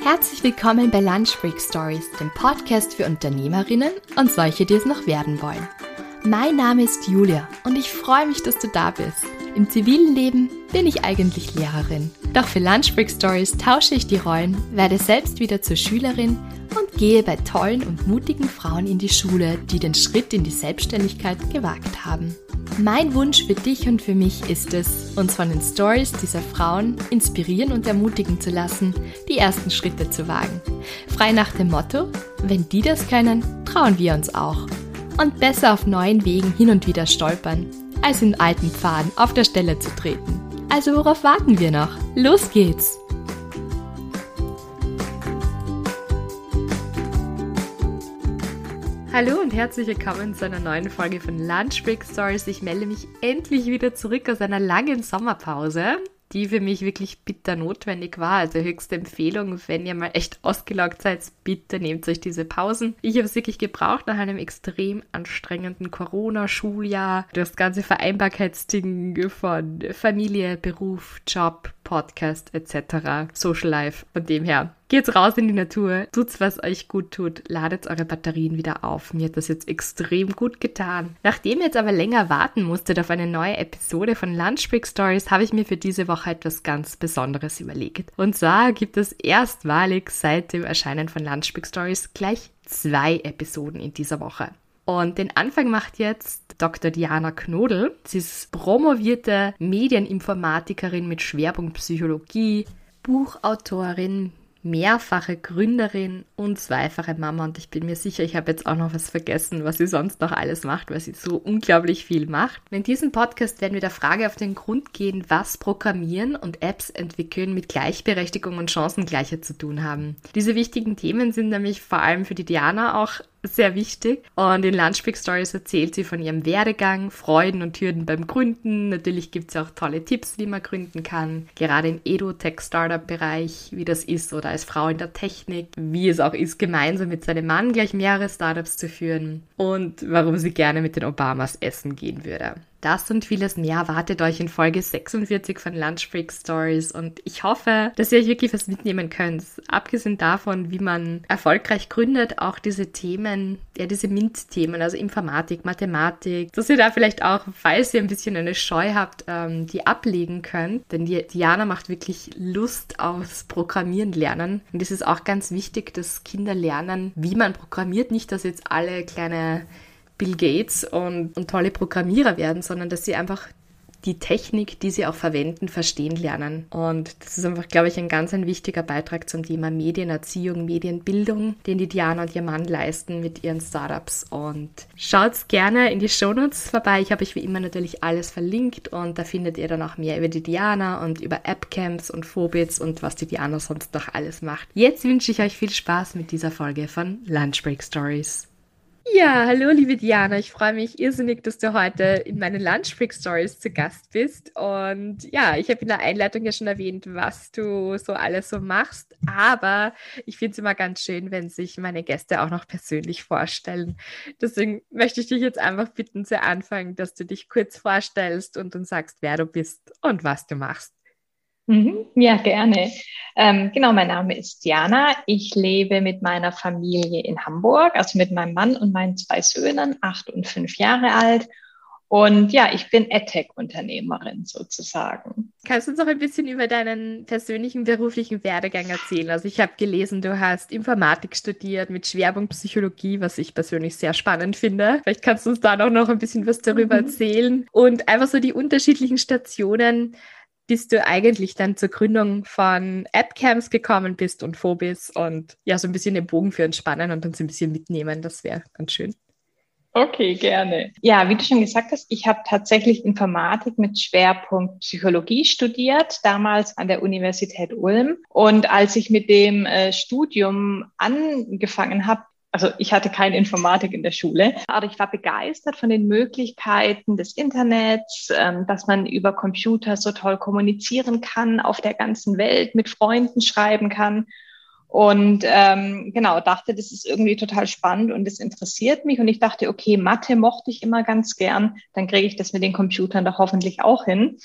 Herzlich willkommen bei Lunch Break Stories, dem Podcast für Unternehmerinnen und solche, die es noch werden wollen. Mein Name ist Julia und ich freue mich, dass du da bist. Im zivilen Leben bin ich eigentlich Lehrerin. Doch für Lunch Break Stories tausche ich die Rollen, werde selbst wieder zur Schülerin und gehe bei tollen und mutigen Frauen in die Schule, die den Schritt in die Selbstständigkeit gewagt haben. Mein Wunsch für dich und für mich ist es, uns von den Stories dieser Frauen inspirieren und ermutigen zu lassen, die ersten Schritte zu wagen. Frei nach dem Motto, wenn die das können, trauen wir uns auch. Und besser auf neuen Wegen hin und wieder stolpern, als in alten Pfaden auf der Stelle zu treten. Also worauf warten wir noch? Los geht's! Hallo und herzlich willkommen zu einer neuen Folge von Lunch Break Stories. Ich melde mich endlich wieder zurück aus einer langen Sommerpause, die für mich wirklich bitter notwendig war. Also höchste Empfehlung, wenn ihr mal echt ausgelaugt seid, bitte nehmt euch diese Pausen. Ich habe es wirklich gebraucht nach einem extrem anstrengenden Corona-Schuljahr. Das ganze Vereinbarkeitsding von Familie, Beruf, Job, Podcast etc., Social Life. Von dem her, geht's raus in die Natur, tut's, was euch gut tut, ladet eure Batterien wieder auf. Mir hat das jetzt extrem gut getan. Nachdem ihr jetzt aber länger warten musstet auf eine neue Episode von Lunch Break Stories, habe ich mir für diese Woche etwas ganz Besonderes überlegt. Und zwar gibt es erstmalig seit dem Erscheinen von Lunch Break Stories gleich 2 Episoden in dieser Woche. Und den Anfang macht jetzt Dr. Diana Knodel. Sie ist promovierte Medieninformatikerin mit Schwerpunkt Psychologie, Buchautorin, mehrfache Gründerin und zweifache Mama. Und ich bin mir sicher, ich habe jetzt auch noch was vergessen, was sie sonst noch alles macht, weil sie so unglaublich viel macht. In diesem Podcast werden wir der Frage auf den Grund gehen, was Programmieren und Apps entwickeln mit Gleichberechtigung und Chancengleichheit zu tun haben. Diese wichtigen Themen sind nämlich vor allem für die Diana auch sehr wichtig. Und in Lunch Break Stories erzählt sie von ihrem Werdegang, Freuden und Hürden beim Gründen. Natürlich gibt es auch tolle Tipps, wie man gründen kann. Gerade im Edu-Tech-Startup-Bereich, wie das ist, oder als Frau in der Technik, wie es auch ist, gemeinsam mit seinem Mann gleich mehrere Startups zu führen. Und warum sie gerne mit den Obamas essen gehen würde. Das und vieles mehr erwartet euch in Folge 46 von Lunch Break Stories und ich hoffe, dass ihr euch wirklich was mitnehmen könnt. Abgesehen davon, wie man erfolgreich gründet, auch diese Themen, diese MINT-Themen, also Informatik, Mathematik, dass ihr da vielleicht auch, falls ihr ein bisschen eine Scheu habt, die ablegen könnt. Denn die Diana macht wirklich Lust aufs Programmieren lernen. Und es ist auch ganz wichtig, dass Kinder lernen, wie man programmiert. Nicht, dass jetzt alle kleine Bill Gates und tolle Programmierer werden, sondern dass sie einfach die Technik, die sie auch verwenden, verstehen lernen. Und das ist einfach, glaube ich, ein ganz wichtiger Beitrag zum Thema Medienerziehung, Medienbildung, den die Diana und ihr Mann leisten mit ihren Startups. Und schaut gerne in die Shownotes vorbei. Ich habe euch wie immer natürlich alles verlinkt und da findet ihr dann auch mehr über die Diana und über Appcamps und Phobits und was die Diana sonst noch alles macht. Jetzt wünsche ich euch viel Spaß mit dieser Folge von Lunch Break Stories. Ja, hallo liebe Diana, ich freue mich irrsinnig, dass du heute in meinen Lunch Break Stories zu Gast bist und ja, ich habe in der Einleitung ja schon erwähnt, was du so alles so machst, aber ich finde es immer ganz schön, wenn sich meine Gäste auch noch persönlich vorstellen. Deswegen möchte ich dich jetzt einfach bitten zu Anfang, dass du dich kurz vorstellst und uns sagst, wer du bist und was du machst. Ja, gerne. Genau, mein Name ist Diana. Ich lebe mit meiner Familie in Hamburg, also mit meinem Mann und meinen 2 Söhnen, 8 und 5 Jahre alt. Und ja, ich bin EdTech-Unternehmerin sozusagen. Kannst du uns noch ein bisschen über deinen persönlichen beruflichen Werdegang erzählen? Also ich habe gelesen, du hast Informatik studiert mit Schwerpunkt Psychologie, was ich persönlich sehr spannend finde. Vielleicht kannst du uns da noch ein bisschen was darüber erzählen und einfach so die unterschiedlichen Stationen, bis du eigentlich dann zur Gründung von Appcamps gekommen bist und Phobis und ja, so ein bisschen den Bogen für uns spannen und uns ein bisschen mitnehmen. Das wäre ganz schön. Okay, gerne. Ja, wie du schon gesagt hast, ich habe tatsächlich Informatik mit Schwerpunkt Psychologie studiert, damals an der Universität Ulm. Und als ich mit dem Studium angefangen habe, also ich hatte keine Informatik in der Schule, aber ich war begeistert von den Möglichkeiten des Internets, dass man über Computer so toll kommunizieren kann, auf der ganzen Welt mit Freunden schreiben kann. Und genau, dachte, das ist irgendwie total spannend und das interessiert mich. Und ich dachte, okay, Mathe mochte ich immer ganz gern, dann kriege ich das mit den Computern doch hoffentlich auch hin.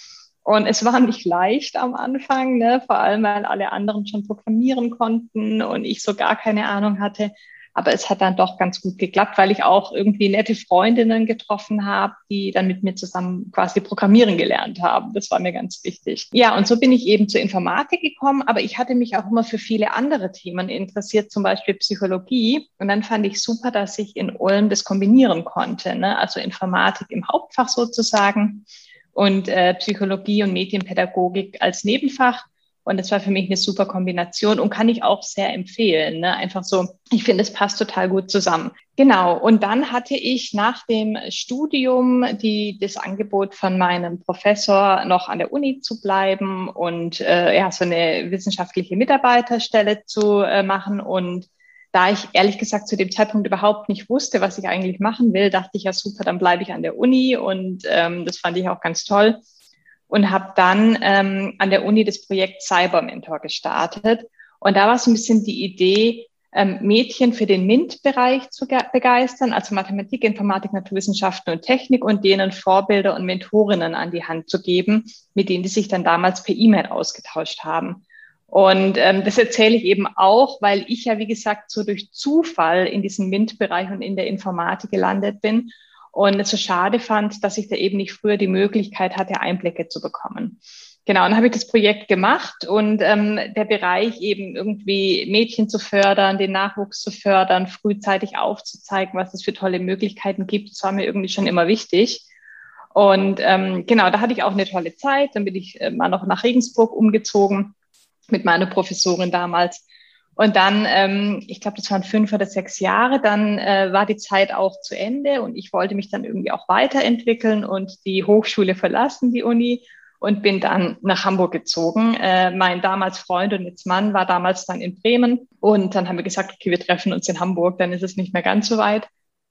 Und es war nicht leicht am Anfang, ne? Vor allem, weil alle anderen schon programmieren konnten und ich so gar keine Ahnung hatte. Aber es hat dann doch ganz gut geklappt, weil ich auch irgendwie nette Freundinnen getroffen habe, die dann mit mir zusammen quasi programmieren gelernt haben. Das war mir ganz wichtig. Ja, und so bin ich eben zur Informatik gekommen, aber ich hatte mich auch immer für viele andere Themen interessiert, zum Beispiel Psychologie. Und dann fand ich super, dass ich in Ulm das kombinieren konnte, ne? Also Informatik im Hauptfach sozusagen und Psychologie und Medienpädagogik als Nebenfach. Und das war für mich eine super Kombination und kann ich auch sehr empfehlen. Ne? Einfach so, ich finde, es passt total gut zusammen. Genau. Und dann hatte ich nach dem Studium das Angebot von meinem Professor, noch an der Uni zu bleiben und ja, so eine wissenschaftliche Mitarbeiterstelle zu machen. Und da ich ehrlich gesagt zu dem Zeitpunkt überhaupt nicht wusste, was ich eigentlich machen will, dachte ich, ja super, dann bleibe ich an der Uni. Und das fand ich auch ganz toll. Und habe dann an der Uni das Projekt Cybermentor gestartet. Und da war so ein bisschen die Idee, Mädchen für den MINT-Bereich zu begeistern, also Mathematik, Informatik, Naturwissenschaften und Technik und denen Vorbilder und Mentorinnen an die Hand zu geben, mit denen die sich dann damals per E-Mail ausgetauscht haben. Und das erzähle ich eben auch, weil ich ja, wie gesagt, so durch Zufall in diesem MINT-Bereich und in der Informatik gelandet bin und es so schade fand, dass ich da eben nicht früher die Möglichkeit hatte, Einblicke zu bekommen. Genau, und dann habe ich das Projekt gemacht und der Bereich eben irgendwie Mädchen zu fördern, den Nachwuchs zu fördern, frühzeitig aufzuzeigen, was es für tolle Möglichkeiten gibt, das war mir irgendwie schon immer wichtig. Und genau, da hatte ich auch eine tolle Zeit. Dann bin ich mal noch nach Regensburg umgezogen mit meiner Professorin damals. Und dann, ich glaube, das waren 5 oder 6 Jahre, dann war die Zeit auch zu Ende und ich wollte mich dann irgendwie auch weiterentwickeln und die Hochschule verlassen, die Uni, und bin dann nach Hamburg gezogen. Mein damals Freund und jetzt Mann war damals dann in Bremen und dann haben wir gesagt, okay, wir treffen uns in Hamburg, dann ist es nicht mehr ganz so weit.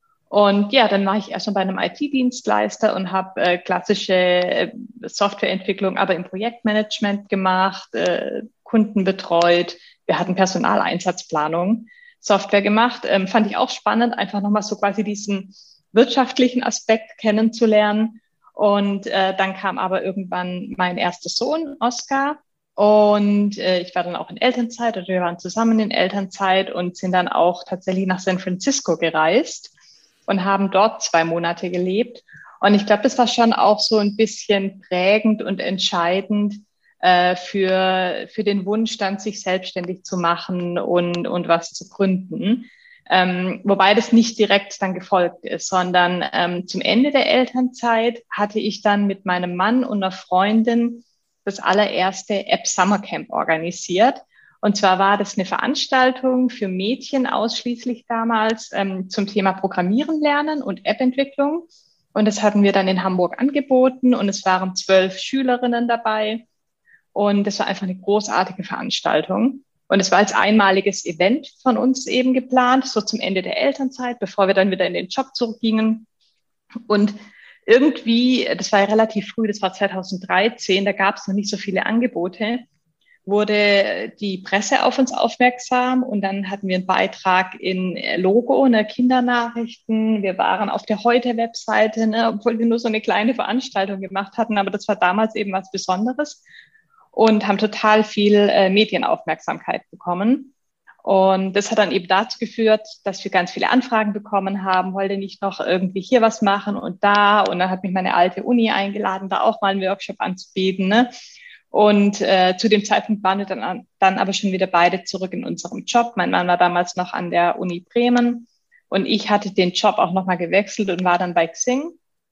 Und ja, dann war ich erstmal bei einem IT-Dienstleister und habe klassische Softwareentwicklung, aber im Projektmanagement gemacht, Kunden betreut. Wir hatten Personaleinsatzplanung, Software gemacht. Fand ich auch spannend, einfach nochmal so quasi diesen wirtschaftlichen Aspekt kennenzulernen. Und dann kam aber irgendwann mein erster Sohn, Oscar. Und ich war dann auch in Elternzeit, oder wir waren zusammen in Elternzeit und sind dann auch tatsächlich nach San Francisco gereist und haben dort 2 Monate gelebt. Und ich glaube, das war schon auch so ein bisschen prägend und entscheidend für den Wunsch, dann sich selbstständig zu machen und was zu gründen. Wobei das nicht direkt dann gefolgt ist, sondern zum Ende der Elternzeit hatte ich dann mit meinem Mann und einer Freundin das allererste App Summer Camp organisiert. Und zwar war das eine Veranstaltung für Mädchen ausschließlich damals zum Thema Programmieren lernen und App-Entwicklung. Und das hatten wir dann in Hamburg angeboten und es waren 12 Schülerinnen dabei. Und das war einfach eine großartige Veranstaltung. Und es war als einmaliges Event von uns eben geplant, so zum Ende der Elternzeit, bevor wir dann wieder in den Job zurückgingen. Und irgendwie, das war ja relativ früh, das war 2013, da gab es noch nicht so viele Angebote, wurde die Presse auf uns aufmerksam und dann hatten wir einen Beitrag in Logo, ne, Kindernachrichten. Wir waren auf der Heute-Webseite, ne, obwohl wir nur so eine kleine Veranstaltung gemacht hatten, aber das war damals eben was Besonderes und haben total viel Medienaufmerksamkeit bekommen. Und das hat dann eben dazu geführt, dass wir ganz viele Anfragen bekommen haben, wollte nicht noch irgendwie hier was machen und da. Und dann hat mich meine alte Uni eingeladen, da auch mal einen Workshop anzubieten, ne? Und zu dem Zeitpunkt waren wir dann aber schon wieder beide zurück in unserem Job. Mein Mann war damals noch an der Uni Bremen und ich hatte den Job auch nochmal gewechselt und war dann bei Xing.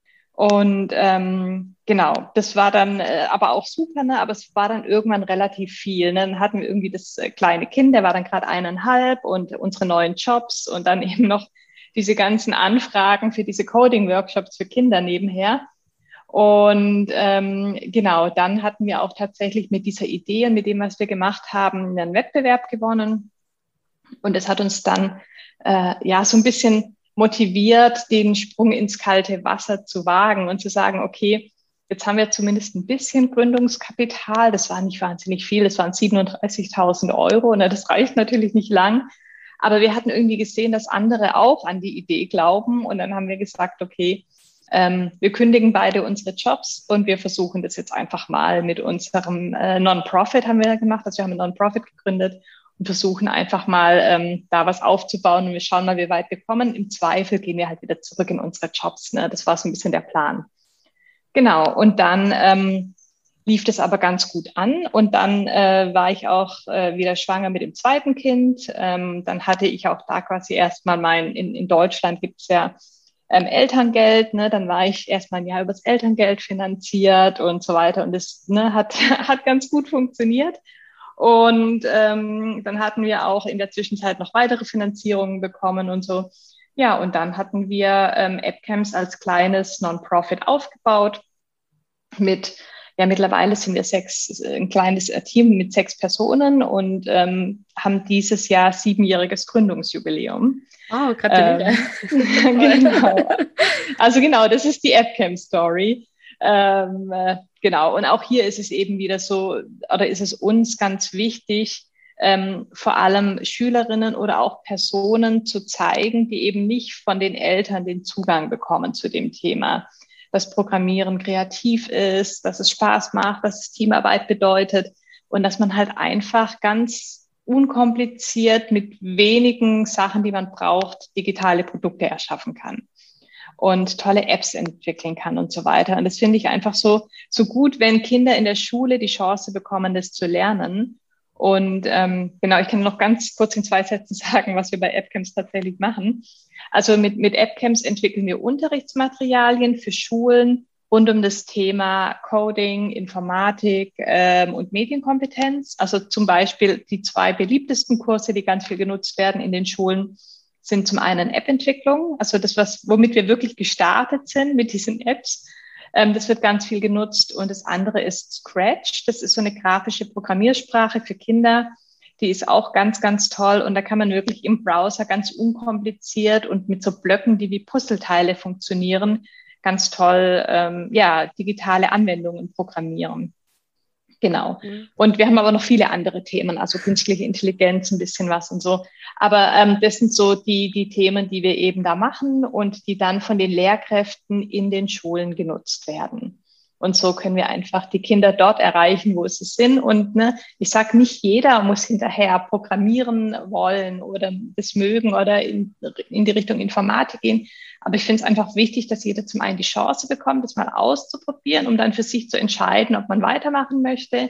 Und genau, das war dann aber auch super, ne? Aber es war dann irgendwann relativ viel. Ne? Dann hatten wir irgendwie das kleine Kind, der war dann gerade 1,5 und unsere neuen Jobs und dann eben noch diese ganzen Anfragen für diese Coding-Workshops für Kinder nebenher. Und genau, dann hatten wir auch tatsächlich mit dieser Idee und mit dem, was wir gemacht haben, einen Wettbewerb gewonnen. Und es hat uns dann ja so ein bisschen motiviert, den Sprung ins kalte Wasser zu wagen und zu sagen, okay, jetzt haben wir zumindest ein bisschen Gründungskapital. Das war nicht wahnsinnig viel, das waren 37.000 Euro. Und das reicht natürlich nicht lang. Aber wir hatten irgendwie gesehen, dass andere auch an die Idee glauben. Und dann haben wir gesagt, okay, wir kündigen beide unsere Jobs und wir versuchen das jetzt einfach mal mit unserem Non-Profit haben wir gemacht. Also wir haben ein Non-Profit gegründet und versuchen einfach mal da was aufzubauen und wir schauen mal, wie weit wir kommen. Im Zweifel gehen wir halt wieder zurück in unsere Jobs. Ne? Das war so ein bisschen der Plan. Genau, und dann lief das aber ganz gut an und dann war ich auch wieder schwanger mit dem zweiten Kind. Dann hatte ich auch da quasi erstmal in Deutschland gibt es ja Elterngeld, ne? Dann war ich erstmal ein Jahr übers Elterngeld finanziert und so weiter und das hat ganz gut funktioniert. Und dann hatten wir auch in der Zwischenzeit noch weitere Finanzierungen bekommen und so. Ja, und dann hatten wir AppCamps als kleines Non-Profit aufgebaut mittlerweile sind wir ein kleines Team mit 6 Personen und haben dieses Jahr 7-jähriges Gründungsjubiläum. Oh, gratuliere. Genau. Also genau, das ist die AppCamp-Story. Genau, und auch hier ist es eben wieder so, oder ist es uns ganz wichtig, vor allem Schülerinnen oder auch Personen zu zeigen, die eben nicht von den Eltern den Zugang bekommen zu dem Thema, dass Programmieren kreativ ist, dass es Spaß macht, dass es Teamarbeit bedeutet und dass man halt einfach ganz unkompliziert mit wenigen Sachen, die man braucht, digitale Produkte erschaffen kann und tolle Apps entwickeln kann und so weiter. Und das finde ich einfach so gut, wenn Kinder in der Schule die Chance bekommen, das zu lernen. Und genau, ich kann noch ganz kurz in 2 Sätzen sagen, was wir bei AppCamps tatsächlich machen. Also mit AppCamps entwickeln wir Unterrichtsmaterialien für Schulen rund um das Thema Coding, Informatik und Medienkompetenz. Also zum Beispiel die 2 beliebtesten Kurse, die ganz viel genutzt werden in den Schulen, sind zum einen App-Entwicklung, also das, womit wir wirklich gestartet sind mit diesen Apps. Das wird ganz viel genutzt. Und das andere ist Scratch. Das ist so eine grafische Programmiersprache für Kinder. Die ist auch ganz, ganz toll. Und da kann man wirklich im Browser ganz unkompliziert und mit so Blöcken, die wie Puzzleteile funktionieren, ganz toll digitale Anwendungen programmieren. Genau. Und wir haben aber noch viele andere Themen, also künstliche Intelligenz, ein bisschen was und so. Aber das sind so die Themen, die wir eben da machen und die dann von den Lehrkräften in den Schulen genutzt werden. Und so können wir einfach die Kinder dort erreichen, wo sie sind. Und ich sage, nicht jeder muss hinterher programmieren wollen oder das mögen oder in die Richtung Informatik gehen. Aber ich finde es einfach wichtig, dass jeder zum einen die Chance bekommt, das mal auszuprobieren, um dann für sich zu entscheiden, ob man weitermachen möchte.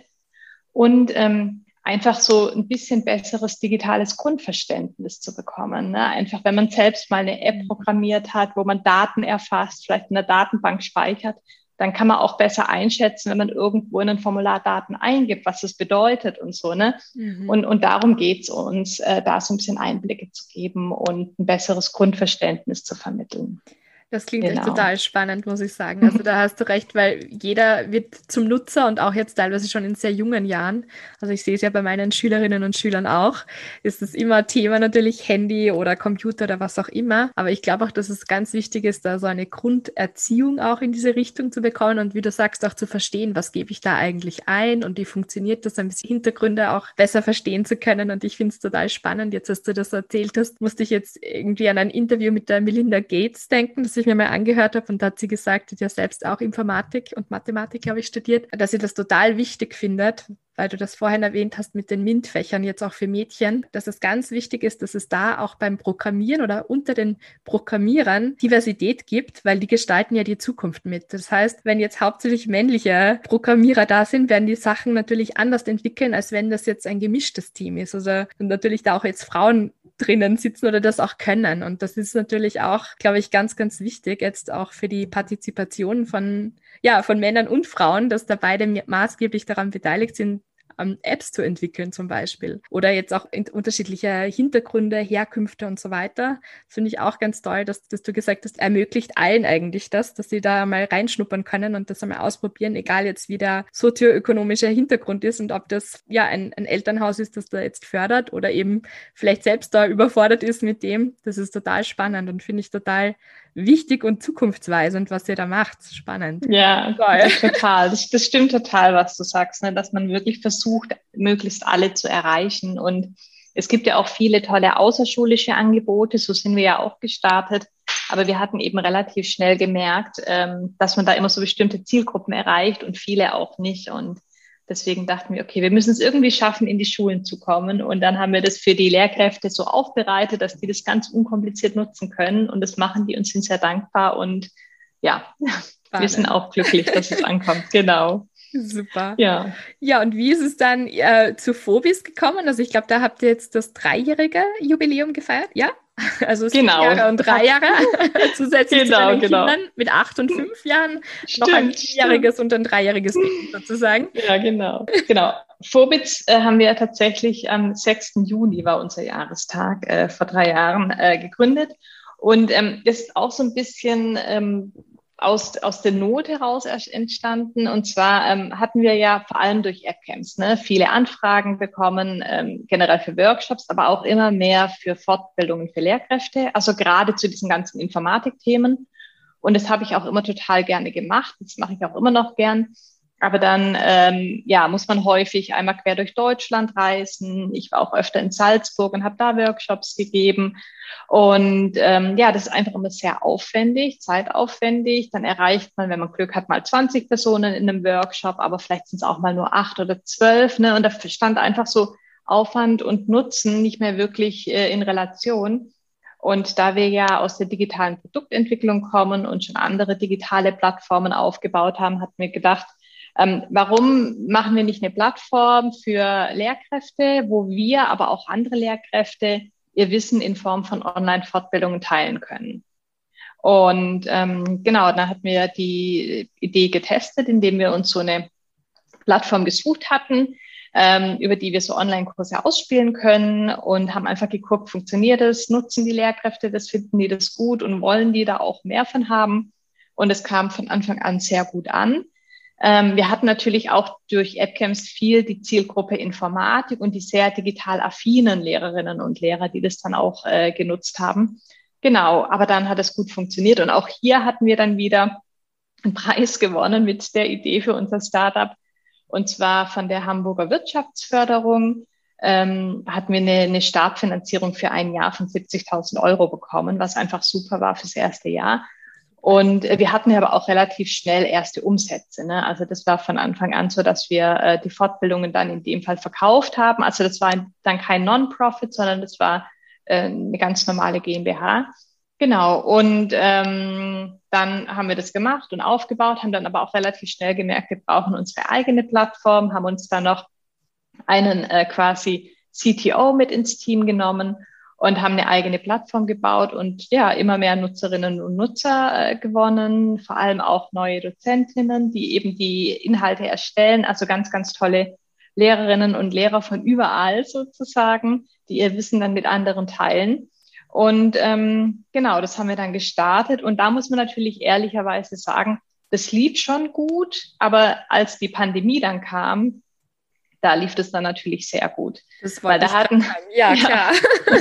Und einfach so ein bisschen besseres digitales Grundverständnis zu bekommen. Ne? Einfach, wenn man selbst mal eine App programmiert hat, wo man Daten erfasst, vielleicht in der Datenbank speichert, dann kann man auch besser einschätzen, wenn man irgendwo in ein Formular Daten eingibt, was das bedeutet und so. Ne? Mhm. Und darum geht's uns, da so ein bisschen Einblicke zu geben und ein besseres Grundverständnis zu vermitteln. Das klingt echt total spannend, muss ich sagen. Also da hast du recht, weil jeder wird zum Nutzer und auch jetzt teilweise schon in sehr jungen Jahren. Also ich sehe es ja bei meinen Schülerinnen und Schülern auch. Ist es immer Thema natürlich Handy oder Computer oder was auch immer. Aber ich glaube auch, dass es ganz wichtig ist, da so eine Grunderziehung auch in diese Richtung zu bekommen und wie du sagst, auch zu verstehen, was gebe ich da eigentlich ein und wie funktioniert das, ein bisschen Hintergründe auch besser verstehen zu können. Und ich finde es total spannend. Jetzt, als du das erzählt hast, musste ich jetzt irgendwie an ein Interview mit der Melinda Gates denken, das ich mir mal angehört habe und da hat sie gesagt, sie hat ja selbst auch Informatik und Mathematik, glaube ich, studiert, dass sie das total wichtig findet, weil du das vorhin erwähnt hast mit den MINT-Fächern, jetzt auch für Mädchen, dass es ganz wichtig ist, dass es da auch beim Programmieren oder unter den Programmierern Diversität gibt, weil die gestalten ja die Zukunft mit. Das heißt, wenn jetzt hauptsächlich männliche Programmierer da sind, werden die Sachen natürlich anders entwickeln, als wenn das jetzt ein gemischtes Team ist. Also und natürlich da auch jetzt Frauen drinnen sitzen oder das auch können. Und das ist natürlich auch, glaube ich, ganz, ganz wichtig, jetzt auch für die Partizipation von Männern und Frauen, dass da beide maßgeblich daran beteiligt sind, Apps zu entwickeln zum Beispiel. Oder jetzt auch unterschiedliche Hintergründe, Herkünfte und so weiter. Das finde ich auch ganz toll, dass du gesagt hast, ermöglicht allen eigentlich das, dass sie da mal reinschnuppern können und das einmal ausprobieren, egal jetzt wie der sozioökonomische Hintergrund ist und ob das ein Elternhaus ist, das da jetzt fördert oder eben vielleicht selbst da überfordert ist mit dem. Das ist total spannend und finde ich total wichtig und zukunftsweisend, was ihr da macht. Spannend. Ja, total. Das stimmt total, was du sagst, ne? Dass man wirklich versucht, möglichst alle zu erreichen. Und es gibt ja auch viele tolle außerschulische Angebote, so sind wir ja auch gestartet. Aber wir hatten eben relativ schnell gemerkt, dass man da immer so bestimmte Zielgruppen erreicht und viele auch nicht. Und deswegen dachten wir, okay, wir müssen es irgendwie schaffen, in die Schulen zu kommen. Und dann haben wir das für die Lehrkräfte so aufbereitet, dass die das ganz unkompliziert nutzen können. Und das machen die und sind sehr dankbar. Und ja, wir sind auch glücklich, dass es ankommt. Genau. Super. Ja. Ja, und wie ist es dann zu Phobis gekommen? Also ich glaube, da habt ihr jetzt das 3-jährige Jubiläum gefeiert, ja? Also 7 Jahre und 3 Jahre zusätzlich zu deinen Kindern mit 8 und 5 Jahren noch ein 4-jähriges und ein 3-jähriges Baby sozusagen. Ja, genau. Phobits haben wir tatsächlich am 6. Juni war unser Jahrestag vor 3 Jahren gegründet. Und das ist auch so ein bisschen aus der Not heraus entstanden. Und zwar hatten wir ja vor allem durch AppCamps viele Anfragen bekommen, generell für Workshops, aber auch immer mehr für Fortbildungen für Lehrkräfte, also gerade zu diesen ganzen Informatikthemen. Und das habe ich auch immer total gerne gemacht. Das mache ich auch immer noch gern. Aber dann muss man häufig einmal quer durch Deutschland reisen. Ich war auch öfter in Salzburg und habe da Workshops gegeben. Und das ist einfach immer sehr aufwendig, zeitaufwendig. Dann erreicht man, wenn man Glück hat, mal 20 Personen in einem Workshop, aber vielleicht sind es auch mal nur 8 oder 12. Ne? Und da stand einfach so Aufwand und Nutzen nicht mehr wirklich in Relation. Und da wir ja aus der digitalen Produktentwicklung kommen und schon andere digitale Plattformen aufgebaut haben, hatten wir gedacht, warum machen wir nicht eine Plattform für Lehrkräfte, wo wir, aber auch andere Lehrkräfte ihr Wissen in Form von Online-Fortbildungen teilen können? Und dann hatten wir die Idee getestet, indem wir uns so eine Plattform gesucht hatten, über die wir so Online-Kurse ausspielen können und haben einfach geguckt, funktioniert das, nutzen die Lehrkräfte das, finden die das gut und wollen die da auch mehr von haben? Und es kam von Anfang an sehr gut an. Wir hatten natürlich auch durch AppCamps viel die Zielgruppe Informatik und die sehr digital affinen Lehrerinnen und Lehrer, die das dann auch genutzt haben. Genau, aber dann hat es gut funktioniert. Und auch hier hatten wir dann wieder einen Preis gewonnen mit der Idee für unser Startup. Und zwar von der Hamburger Wirtschaftsförderung hatten wir eine Startfinanzierung für ein Jahr von 70.000 Euro bekommen, was einfach super war fürs erste Jahr. Und wir hatten aber auch relativ schnell erste Umsätze. Ne? Also das war von Anfang an so, dass wir die Fortbildungen dann in dem Fall verkauft haben. Also das war dann kein Non-Profit, sondern das war eine ganz normale GmbH. Genau. Und dann haben wir das gemacht und aufgebaut, haben dann aber auch relativ schnell gemerkt, wir brauchen unsere eigene Plattform, haben uns dann noch einen quasi CTO mit ins Team genommen und haben eine eigene Plattform gebaut und ja, immer mehr Nutzerinnen und Nutzer gewonnen, vor allem auch neue Dozentinnen, die eben die Inhalte erstellen, also ganz, ganz tolle Lehrerinnen und Lehrer von überall sozusagen, die ihr Wissen dann mit anderen teilen. Und das haben wir dann gestartet und da muss man natürlich ehrlicherweise sagen, das lief schon gut, aber als die Pandemie dann kam, da lief das dann natürlich sehr gut. Das weil da hatten, ja, klar.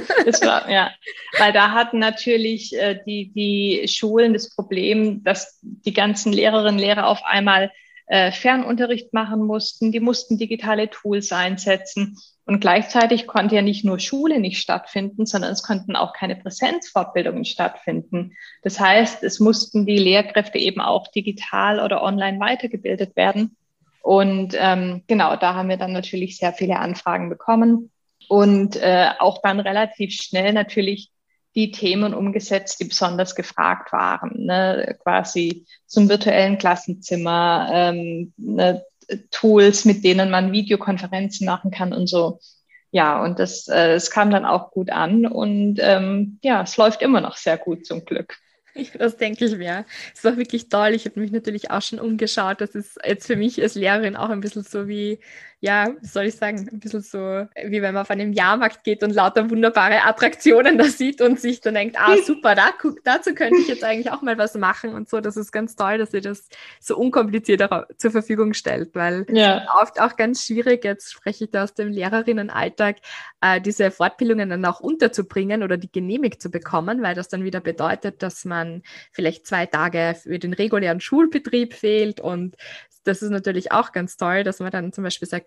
Weil da hatten natürlich die Schulen das Problem, dass die ganzen Lehrerinnen und Lehrer auf einmal Fernunterricht machen mussten. Die mussten digitale Tools einsetzen. Und gleichzeitig konnte ja nicht nur Schule nicht stattfinden, sondern es konnten auch keine Präsenzfortbildungen stattfinden. Das heißt, es mussten die Lehrkräfte eben auch digital oder online weitergebildet werden. Und da haben wir dann natürlich sehr viele Anfragen bekommen und auch dann relativ schnell natürlich die Themen umgesetzt, die besonders gefragt waren, ne? Quasi zum virtuellen Klassenzimmer, Tools, mit denen man Videokonferenzen machen kann und so. Ja, und es kam dann auch gut an und es läuft immer noch sehr gut zum Glück. Das denke ich mir. Es war wirklich toll. Ich habe mich natürlich auch schon umgeschaut. Das ist jetzt für mich als Lehrerin auch ein bisschen so wie, ja, wie soll ich sagen, ein bisschen so, wie wenn man auf einem Jahrmarkt geht und lauter wunderbare Attraktionen da sieht und sich dann denkt, super, dazu könnte ich jetzt eigentlich auch mal was machen und so. Das ist ganz toll, dass ihr das so unkompliziert zur Verfügung stellt, weil es oft auch ganz schwierig, jetzt spreche ich da aus dem Lehrerinnenalltag, diese Fortbildungen dann auch unterzubringen oder die genehmigt zu bekommen, weil das dann wieder bedeutet, dass man vielleicht 2 Tage für den regulären Schulbetrieb fehlt und das ist natürlich auch ganz toll, dass man dann zum Beispiel sagt,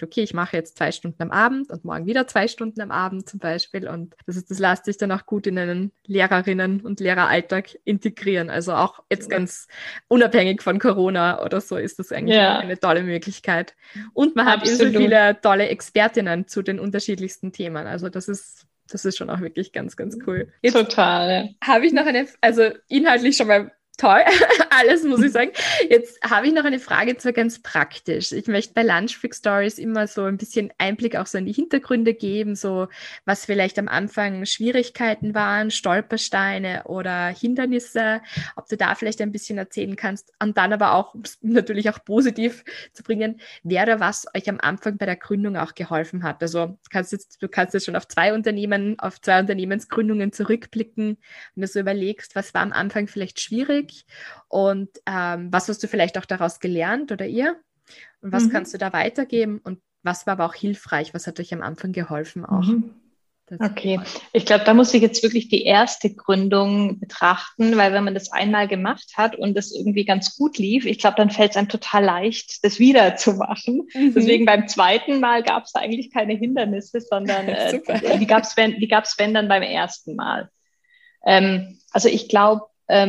okay, ich mache jetzt 2 Stunden am Abend und morgen wieder 2 Stunden am Abend zum Beispiel. Und das lässt sich dann auch gut in einen Lehrerinnen- und Lehreralltag integrieren. Also auch jetzt ganz unabhängig von Corona oder so ist das eigentlich Ja, eine tolle Möglichkeit. Und man hat eben so absolut. viele tolle Expertinnen zu den unterschiedlichsten Themen. Also das ist schon auch wirklich ganz, ganz cool. Jetzt Total. Ja. habe ich noch also inhaltlich schon mal toll, alles muss ich sagen. Jetzt habe ich noch eine Frage, zwar ganz praktisch. Ich möchte bei Lunchfreak Stories immer so ein bisschen Einblick auch so in die Hintergründe geben, so was vielleicht am Anfang Schwierigkeiten waren, Stolpersteine oder Hindernisse, ob du da vielleicht ein bisschen erzählen kannst und dann aber auch natürlich auch positiv zu bringen, wer oder was euch am Anfang bei der Gründung auch geholfen hat. Also du kannst jetzt schon auf 2 Unternehmen, auf 2 Unternehmensgründungen zurückblicken, wenn du so überlegst, was war am Anfang vielleicht schwierig und was hast du vielleicht auch daraus gelernt oder ihr und was kannst Mhm. du da weitergeben und was war aber auch hilfreich, was hat euch am Anfang geholfen auch? Mhm. Das, Okay, ich glaube, da muss ich jetzt wirklich die erste Gründung betrachten, weil wenn man das einmal gemacht hat und das irgendwie ganz gut lief, ich glaube, dann fällt es einem total leicht, das wieder zu machen. mhm. Deswegen beim zweiten Mal gab es eigentlich keine Hindernisse, sondern Super. die gab's wenn dann beim ersten Mal. Also ich glaube,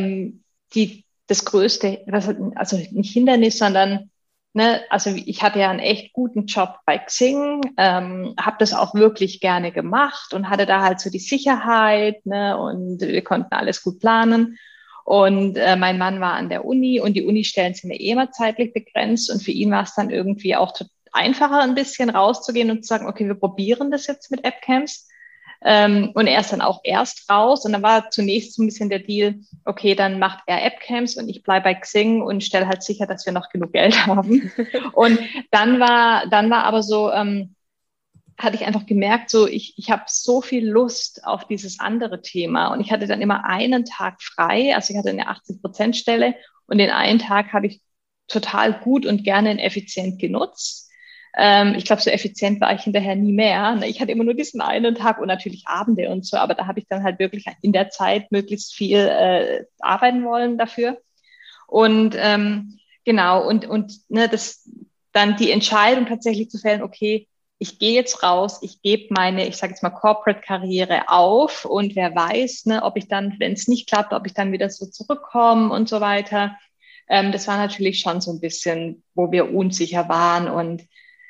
das größte, also nicht Hindernis, sondern ne, also ich hatte ja einen echt guten Job bei Xing, habe das auch wirklich gerne gemacht und hatte da halt so die Sicherheit, ne, und wir konnten alles gut planen. Und mein Mann war an der Uni und die Unistellen sind ja eh immer zeitlich begrenzt und für ihn war es dann irgendwie auch einfacher, ein bisschen rauszugehen und zu sagen, okay, wir probieren das jetzt mit AppCamps. Und er ist dann auch erst raus. Und dann war zunächst so ein bisschen der Deal, okay, dann macht er AppCamps und ich bleibe bei Xing und stelle halt sicher, dass wir noch genug Geld haben. Und dann war aber so, hatte ich einfach gemerkt, so ich habe so viel Lust auf dieses andere Thema. Und ich hatte dann immer einen Tag frei, also ich hatte eine 80%-Stelle und den einen Tag habe ich total gut und gerne und effizient genutzt. Ich glaube, so effizient war ich hinterher nie mehr. Ne? Ich hatte immer nur diesen einen Tag und natürlich Abende und so, aber da habe ich dann halt wirklich in der Zeit möglichst viel arbeiten wollen dafür. Und genau, und ne, das dann die Entscheidung tatsächlich zu fällen, okay, ich gehe jetzt raus, ich gebe meine, ich sage jetzt mal, Corporate-Karriere auf und wer weiß, ne, ob ich dann, wenn es nicht klappt, ob ich dann wieder so zurückkomme und so weiter. Das war natürlich schon so ein bisschen, wo wir unsicher waren und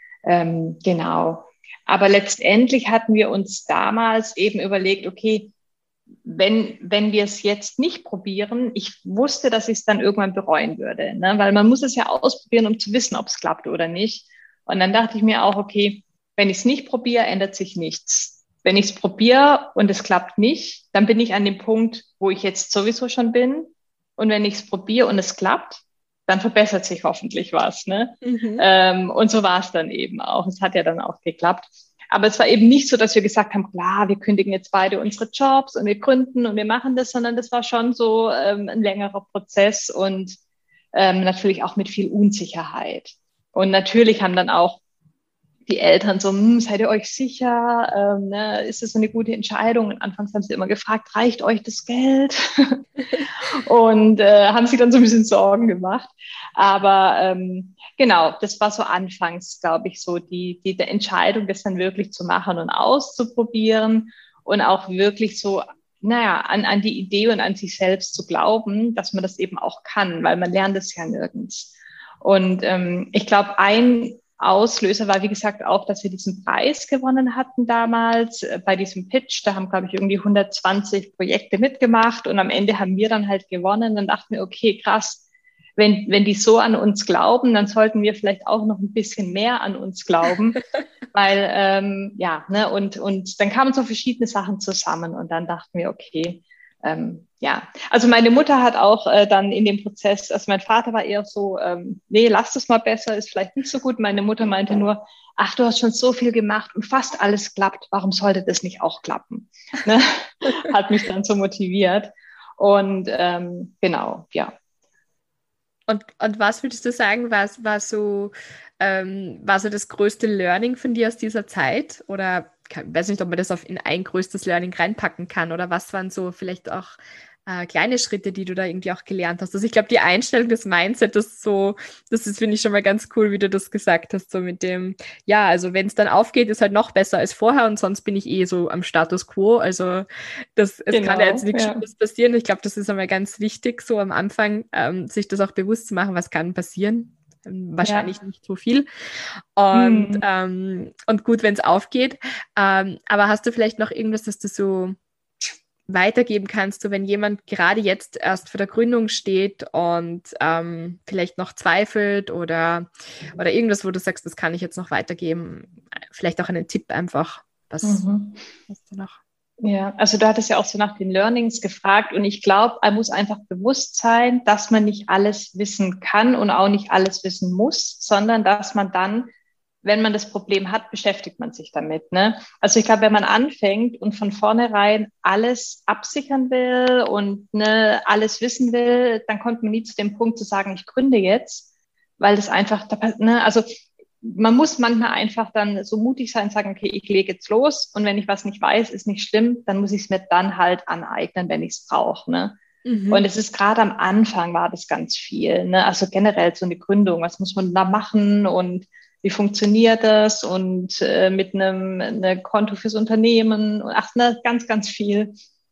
genau. Aber letztendlich hatten wir uns damals eben überlegt, okay, wenn wir es jetzt nicht probieren, ich wusste, dass ich es dann irgendwann bereuen würde, ne? Weil man muss es ja ausprobieren, um zu wissen, ob es klappt oder nicht. Und dann dachte ich mir auch, okay, wenn ich es nicht probiere, ändert sich nichts. Wenn ich es probiere und es klappt nicht, dann bin ich an dem Punkt, wo ich jetzt sowieso schon bin. Und wenn ich es probiere und es klappt, dann verbessert sich hoffentlich was, ne? Mhm. Und so war es dann eben auch. Es hat ja dann auch geklappt. Aber es war eben nicht so, dass wir gesagt haben, klar, wir kündigen jetzt beide unsere Jobs und wir gründen und wir machen das, sondern das war schon so ein längerer Prozess und natürlich auch mit viel Unsicherheit. Und natürlich haben dann auch die Eltern so, seid ihr euch sicher? Ne, ist das so eine gute Entscheidung? Und anfangs haben sie immer gefragt, reicht euch das Geld? Und haben sich dann so ein bisschen Sorgen gemacht. Aber genau, das war so anfangs, glaube ich, so die Entscheidung, das dann wirklich zu machen und auszuprobieren und auch wirklich so, naja, an die Idee und an sich selbst zu glauben, dass man das eben auch kann, weil man lernt es ja nirgends. Und ich glaube, ein Auslöser war, wie gesagt, auch, dass wir diesen Preis gewonnen hatten damals bei diesem Pitch. Da haben, glaube ich, irgendwie 120 Projekte mitgemacht und am Ende haben wir dann halt gewonnen. Dann dachten wir, okay, krass, wenn die so an uns glauben, dann sollten wir vielleicht auch noch ein bisschen mehr an uns glauben. Weil, ja, ne, und dann kamen so verschiedene Sachen zusammen und dann dachten wir, okay, ja, also meine Mutter hat auch dann in dem Prozess, also mein Vater war eher so, nee, lass das mal besser, ist vielleicht nicht so gut. Meine Mutter meinte nur, ach, du hast schon so viel gemacht und fast alles klappt, warum sollte das nicht auch klappen? Ne? Hat mich dann so motiviert. Und genau, ja. Und was würdest du sagen, war so das größte Learning von dir aus dieser Zeit? Oder weiß nicht, ob man das in ein größtes Learning reinpacken kann? Oder was waren so vielleicht auch kleine Schritte, die du da irgendwie auch gelernt hast. Also ich glaube, die Einstellung, das Mindset, das ist, finde ich, schon mal ganz cool, wie du das gesagt hast, so mit dem, ja, also wenn es dann aufgeht, ist halt noch besser als vorher und sonst bin ich eh so am Status quo. Also es kann ja jetzt Genau, nichts ja. Schlimmes passieren. Ich glaube, das ist einmal ganz wichtig, so am Anfang, sich das auch bewusst zu machen, was kann passieren. Ja. Wahrscheinlich nicht so viel. Hm. Und gut, wenn es aufgeht. Aber hast du vielleicht noch irgendwas, das du so weitergeben kannst, so wenn jemand gerade jetzt erst vor der Gründung steht und vielleicht noch zweifelt oder irgendwas, wo du sagst, das kann ich jetzt noch weitergeben, vielleicht auch einen Tipp einfach, was Mhm. hast du noch? Ja, also du hattest ja auch so nach den Learnings gefragt und ich glaube, man muss einfach bewusst sein, dass man nicht alles wissen kann und auch nicht alles wissen muss, sondern dass man dann, wenn man das Problem hat, beschäftigt man sich damit. Ne? Also ich glaube, wenn man anfängt und von vornherein alles absichern will und ne, alles wissen will, dann kommt man nie zu dem Punkt zu sagen, ich gründe jetzt, weil das einfach, ne, also man muss manchmal einfach dann so mutig sein und sagen, okay, ich lege jetzt los und wenn ich was nicht weiß, ist nicht schlimm, dann muss ich es mir dann halt aneignen, wenn ich es brauche. Ne? Und Mhm. es ist gerade am Anfang war das ganz viel. Ne? Also generell so eine Gründung, was muss man da machen und wie funktioniert das und mit einem Konto fürs Unternehmen und ach, ne, ganz, ganz viel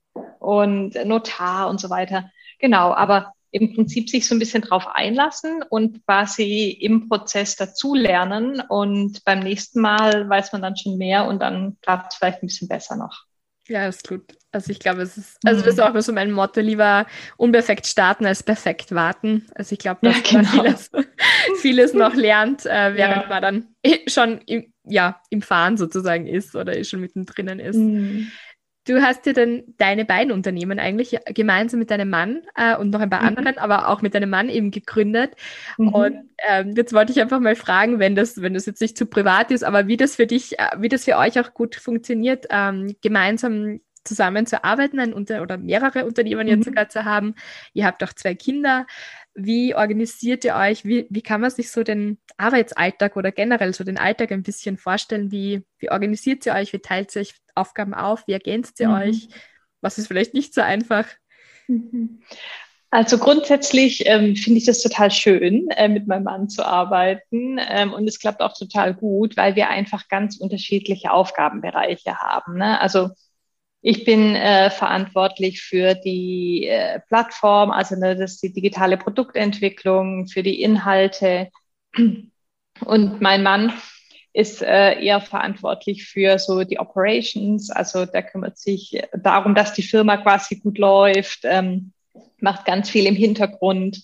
und Notar und so weiter. Genau, aber im Prinzip sich so ein bisschen drauf einlassen und quasi im Prozess dazulernen und beim nächsten Mal weiß man dann schon mehr und dann klappt es vielleicht ein bisschen besser noch. Ja, ist gut. Also ich glaube, also das ist Hm. auch immer so mein Motto, lieber unperfekt starten als perfekt warten. Also ich glaube, Ja, dass man da genau. vieles noch lernt, während Ja. man dann schon im Fahren sozusagen ist oder schon mittendrin ist. Hm. Du hast ja dann deine beiden Unternehmen eigentlich gemeinsam mit deinem Mann und noch ein paar Mhm. anderen, aber auch mit deinem Mann eben gegründet. Und Mhm. jetzt wollte ich einfach mal fragen, wenn das jetzt nicht zu privat ist, aber wie das für dich, wie das für euch auch gut funktioniert, gemeinsam zusammenzuarbeiten, oder mehrere Unternehmen jetzt Mhm. sogar zu haben. Ihr habt auch 2 Kinder. Wie organisiert ihr euch? Wie kann man sich so den Arbeitsalltag oder generell so den Alltag ein bisschen vorstellen? Wie organisiert ihr euch? Wie teilt ihr euch Aufgaben auf? Wie ergänzt ihr euch? Mhm. Was ist vielleicht nicht so einfach? Mhm. Also grundsätzlich finde ich das total schön, mit meinem Mann zu arbeiten. Und es klappt auch total gut, weil wir einfach ganz unterschiedliche Aufgabenbereiche haben. Ne? Also ich bin verantwortlich für die Plattform, also ne, das ist die digitale Produktentwicklung, für die Inhalte. Und mein Mann ist eher verantwortlich für so die Operations. Also der kümmert sich darum, dass die Firma quasi gut läuft, macht ganz viel im Hintergrund,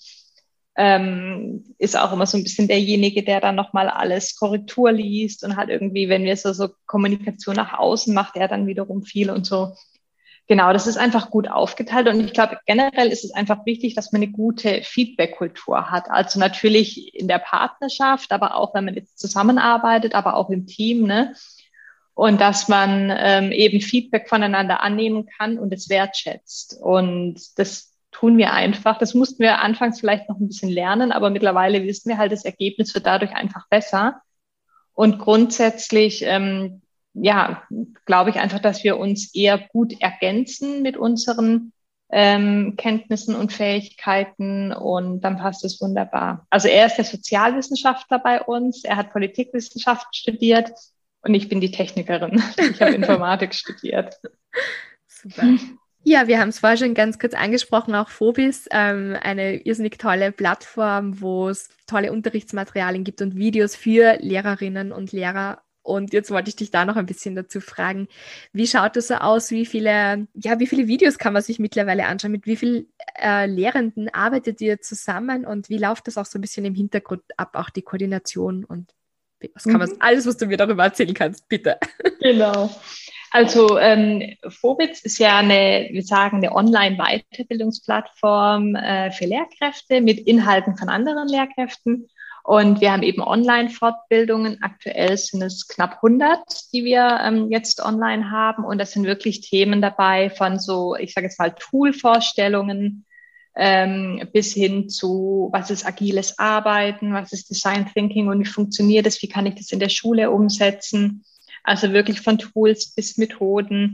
ist auch immer so ein bisschen derjenige, der dann nochmal alles Korrektur liest und halt irgendwie, wenn wir so Kommunikation nach außen macht, er dann wiederum viel und so. Genau, das ist einfach gut aufgeteilt und ich glaube, generell ist es einfach wichtig, dass man eine gute Feedback-Kultur hat. Also natürlich in der Partnerschaft, aber auch wenn man jetzt zusammenarbeitet, aber auch im Team, ne? Und dass man eben Feedback voneinander annehmen kann und es wertschätzt. Und das tun wir einfach. Das mussten wir anfangs vielleicht noch ein bisschen lernen, aber mittlerweile wissen wir halt, das Ergebnis wird dadurch einfach besser. Und grundsätzlich, ja, glaube ich einfach, dass wir uns eher gut ergänzen mit unseren Kenntnissen und Fähigkeiten und dann passt es wunderbar. Also er ist der Sozialwissenschaftler bei uns, er hat Politikwissenschaft studiert und ich bin die Technikerin. Ich habe Informatik studiert. Super. Ja, wir haben es vorher schon ganz kurz angesprochen, auch Phobis, eine irrsinnig tolle Plattform, wo es tolle Unterrichtsmaterialien gibt und Videos für Lehrerinnen und Lehrer. Und jetzt wollte ich dich da noch ein bisschen dazu fragen, wie schaut das so aus? Wie viele Videos kann man sich mittlerweile anschauen? Mit wie vielen Lehrenden arbeitet ihr zusammen und wie läuft das auch so ein bisschen im Hintergrund ab, auch die Koordination und Mhm. alles, was du mir darüber erzählen kannst, bitte. Genau. Also Vobitz ist ja wir sagen, eine Online-Weiterbildungsplattform für Lehrkräfte mit Inhalten von anderen Lehrkräften. Und wir haben eben Online-Fortbildungen. Aktuell sind es knapp 100, die wir jetzt online haben. Und das sind wirklich Themen dabei von so, ich sage jetzt mal, Tool-Vorstellungen bis hin zu, was ist agiles Arbeiten, was ist Design Thinking und wie funktioniert das, wie kann ich das in der Schule umsetzen. Also wirklich von Tools bis Methoden.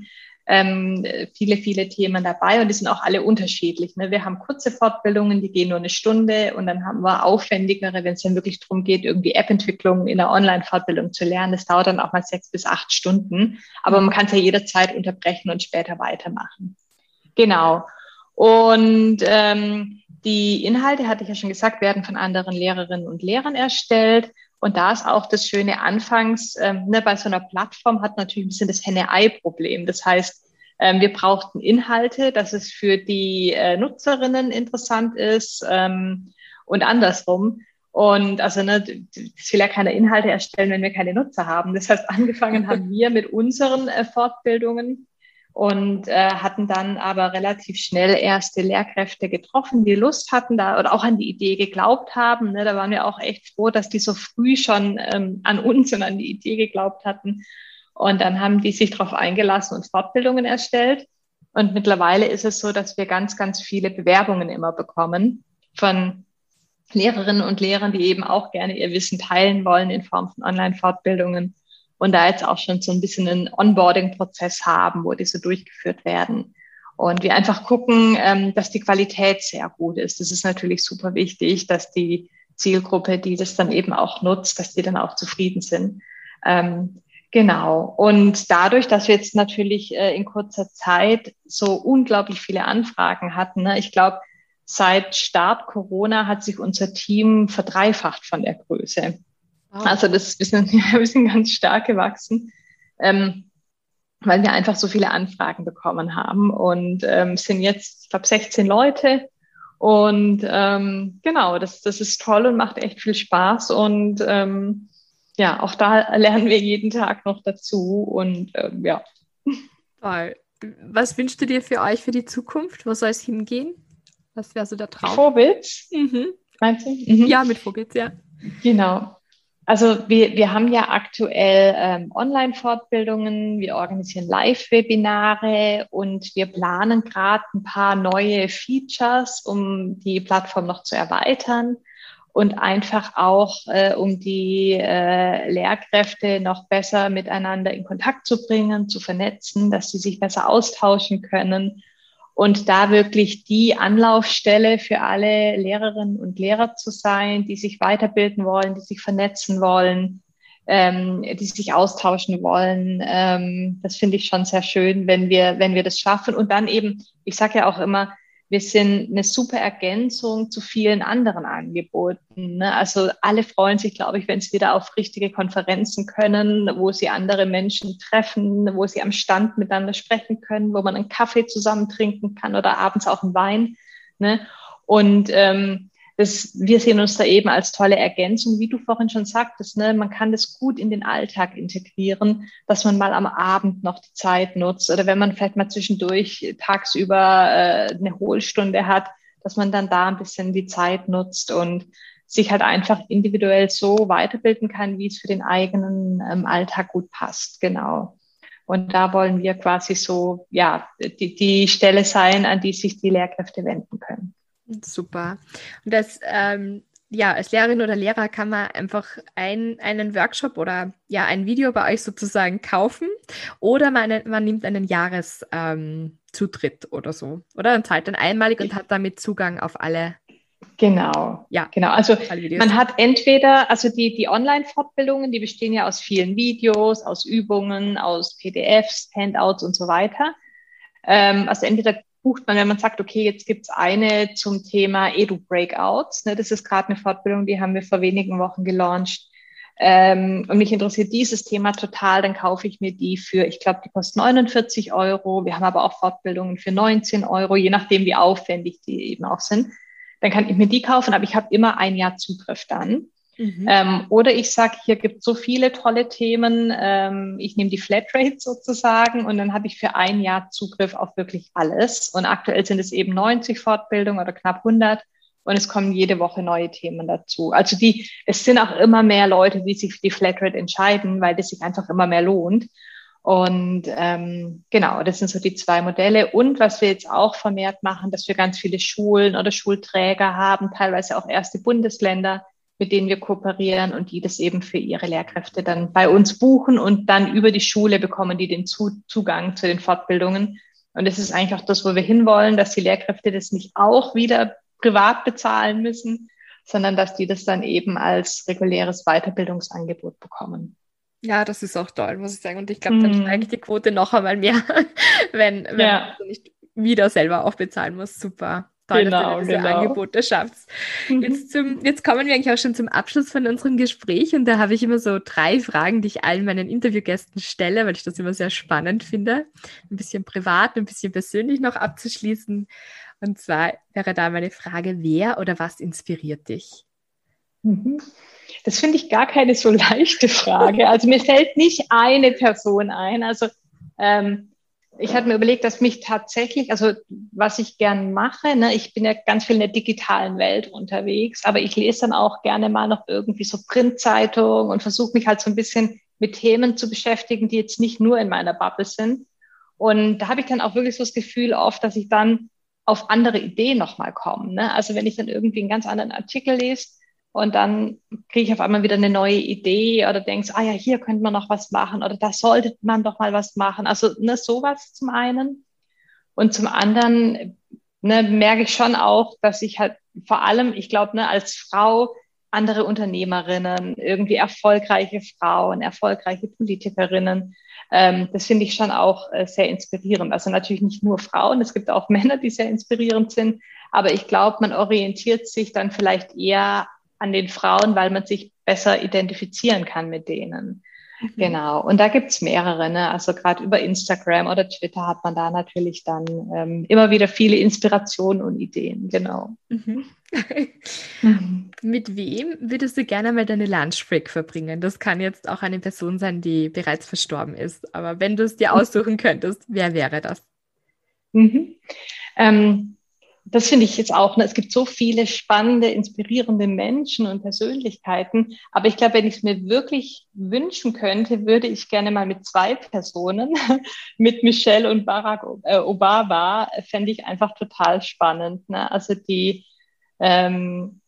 viele Themen dabei und die sind auch alle unterschiedlich. Ne? Wir haben kurze Fortbildungen, die gehen nur eine Stunde und dann haben wir aufwendigere, wenn es dann wirklich darum geht, irgendwie App-Entwicklung in einer Online-Fortbildung zu lernen. Das dauert dann auch mal 6 bis 8 Stunden, aber man kann es ja jederzeit unterbrechen und später weitermachen. Genau. Und die Inhalte, hatte ich ja schon gesagt, werden von anderen Lehrerinnen und Lehrern erstellt. Und da ist auch das Schöne anfangs, bei so einer Plattform hat natürlich ein bisschen das Henne-Ei-Problem. Das heißt, wir brauchten Inhalte, dass es für die Nutzerinnen interessant ist und andersrum. Und also es will ja keine Inhalte erstellen, wenn wir keine Nutzer haben. Das heißt, angefangen haben wir mit unseren Fortbildungen und hatten dann aber relativ schnell erste Lehrkräfte getroffen, die Lust hatten da oder auch an die Idee geglaubt haben. Ne? Da waren wir auch echt froh, dass die so früh schon an uns und an die Idee geglaubt hatten. Und dann haben die sich darauf eingelassen und Fortbildungen erstellt. Und mittlerweile ist es so, dass wir ganz, ganz viele Bewerbungen immer bekommen von Lehrerinnen und Lehrern, die eben auch gerne ihr Wissen teilen wollen in Form von Online-Fortbildungen. Und da jetzt auch schon so ein bisschen einen Onboarding-Prozess haben, wo die so durchgeführt werden. Und wir einfach gucken, dass die Qualität sehr gut ist. Das ist natürlich super wichtig, dass die Zielgruppe, die das dann eben auch nutzt, dass die dann auch zufrieden sind. Genau. Und dadurch, dass wir jetzt natürlich in kurzer Zeit so unglaublich viele Anfragen hatten, ne, ich glaube, seit Start Corona hat sich unser Team verdreifacht von der Größe. Also wir sind ganz stark gewachsen, weil wir einfach so viele Anfragen bekommen haben und sind jetzt, ich glaube, 16 Leute. Und genau, das ist toll und macht echt viel Spaß. Und auch da lernen wir jeden Tag noch dazu. Und ja. Toll. Was wünschst du dir für euch für die Zukunft? Wo soll es hingehen? Was wäre so der Traum? Vorbild, meinst du? Mhm. Ja, mit Vorbild, ja. Genau. Also wir haben ja aktuell Online-Fortbildungen, wir organisieren Live-Webinare und wir planen gerade ein paar neue Features, um die Plattform noch zu erweitern und einfach auch, um die Lehrkräfte noch besser miteinander in Kontakt zu bringen, zu vernetzen, dass sie sich besser austauschen können. Und da wirklich die Anlaufstelle für alle Lehrerinnen und Lehrer zu sein, die sich weiterbilden wollen, die sich vernetzen wollen, die sich austauschen wollen. Das finde ich schon sehr schön, wenn wir das schaffen. Und dann eben, ich sage ja auch immer, wir sind eine super Ergänzung zu vielen anderen Angeboten. Ne? Also alle freuen sich, glaube ich, wenn sie wieder auf richtige Konferenzen können, wo sie andere Menschen treffen, wo sie am Stand miteinander sprechen können, wo man einen Kaffee zusammen trinken kann oder abends auch einen Wein. Ne? Und wir sehen uns da eben als tolle Ergänzung, wie du vorhin schon sagtest, ne? Man kann das gut in den Alltag integrieren, dass man mal am Abend noch die Zeit nutzt oder wenn man vielleicht mal zwischendurch tagsüber eine Hohlstunde hat, dass man dann da ein bisschen die Zeit nutzt und sich halt einfach individuell so weiterbilden kann, wie es für den eigenen Alltag gut passt. Genau. Und da wollen wir quasi so, ja, die Stelle sein, an die sich die Lehrkräfte wenden können. Super. Und als Lehrerin oder Lehrer kann man einfach einen Workshop oder ein Video bei euch sozusagen kaufen oder man nimmt einen Jahreszutritt oder so. Oder man zahlt dann einmalig und hat damit Zugang auf alle. Genau. Ja, genau. Also man hat entweder, also die Online-Fortbildungen, die bestehen ja aus vielen Videos, aus Übungen, aus PDFs, Handouts und so weiter. Also entweder bucht man, wenn man sagt, okay, jetzt gibt's eine zum Thema Edu-Breakouts. Ne, das ist gerade eine Fortbildung, die haben wir vor wenigen Wochen gelauncht. Und mich interessiert dieses Thema total, dann kaufe ich mir die für, ich glaube, die kosten 49 Euro. Wir haben aber auch Fortbildungen für 19 Euro, je nachdem, wie aufwendig die eben auch sind. Dann kann ich mir die kaufen, aber ich habe immer ein Jahr Zugriff dann. Oder ich sage, hier gibt es so viele tolle Themen, ich nehme die Flatrate sozusagen und dann habe ich für ein Jahr Zugriff auf wirklich alles. Und aktuell sind es eben 90 Fortbildungen oder knapp 100 und es kommen jede Woche neue Themen dazu. Also es sind auch immer mehr Leute, die sich für die Flatrate entscheiden, weil das sich einfach immer mehr lohnt. Und genau, das sind so die zwei Modelle. Und was wir jetzt auch vermehrt machen, dass wir ganz viele Schulen oder Schulträger haben, teilweise auch erste Bundesländer, mit denen wir kooperieren und die das eben für ihre Lehrkräfte dann bei uns buchen und dann über die Schule bekommen die den Zugang zu den Fortbildungen. Und das ist eigentlich auch das, wo wir hinwollen, dass die Lehrkräfte das nicht auch wieder privat bezahlen müssen, sondern dass die das dann eben als reguläres Weiterbildungsangebot bekommen. Ja, das ist auch toll, muss ich sagen. Und ich glaube, dann steigt die Quote noch einmal mehr, wenn man also nicht wieder selber aufbezahlen muss. Super. Toll, dass ihr diese Angebote schafft. Jetzt kommen wir eigentlich auch schon zum Abschluss von unserem Gespräch und da habe ich immer so 3 Fragen, die ich allen meinen Interviewgästen stelle, weil ich das immer sehr spannend finde, ein bisschen privat, ein bisschen persönlich noch abzuschließen. Und zwar wäre da meine Frage, wer oder was inspiriert dich? Das finde ich gar keine so leichte Frage. Also mir fällt nicht eine Person ein. Also ich hatte mir überlegt, dass mich tatsächlich, also was ich gern mache, ne, ich bin ja ganz viel in der digitalen Welt unterwegs, aber ich lese dann auch gerne mal noch irgendwie so Printzeitungen und versuche mich halt so ein bisschen mit Themen zu beschäftigen, die jetzt nicht nur in meiner Bubble sind. Und da habe ich dann auch wirklich so das Gefühl oft, dass ich dann auf andere Ideen nochmal komme. Ne? Also wenn ich dann irgendwie einen ganz anderen Artikel lese, und dann kriege ich auf einmal wieder eine neue Idee oder denkst, ja, hier könnte man noch was machen oder da sollte man doch mal was machen. Also ne, sowas zum einen. Und zum anderen ne, merke ich schon auch, dass ich halt vor allem, ich glaube, ne, als Frau andere Unternehmerinnen, irgendwie erfolgreiche Frauen, erfolgreiche Politikerinnen, das finde ich schon auch sehr inspirierend. Also natürlich nicht nur Frauen, es gibt auch Männer, die sehr inspirierend sind. Aber ich glaube, man orientiert sich dann vielleicht eher an den Frauen, weil man sich besser identifizieren kann mit denen. Genau. Und da gibt's mehrere, ne? Also gerade über Instagram oder Twitter hat man da natürlich dann immer wieder viele Inspirationen und Ideen. Genau. Mit wem würdest du gerne mal deine Lunchbreak verbringen? Das kann jetzt auch eine Person sein, die bereits verstorben ist. Aber wenn du es dir aussuchen könntest, wer wäre das? Das finde ich jetzt auch, ne? Es gibt so viele spannende, inspirierende Menschen und Persönlichkeiten. Aber ich glaube, wenn ich es mir wirklich wünschen könnte, würde ich gerne mal mit 2 Personen, mit Michelle und Barack Obama, fände ich einfach total spannend. Ne? Also die, haben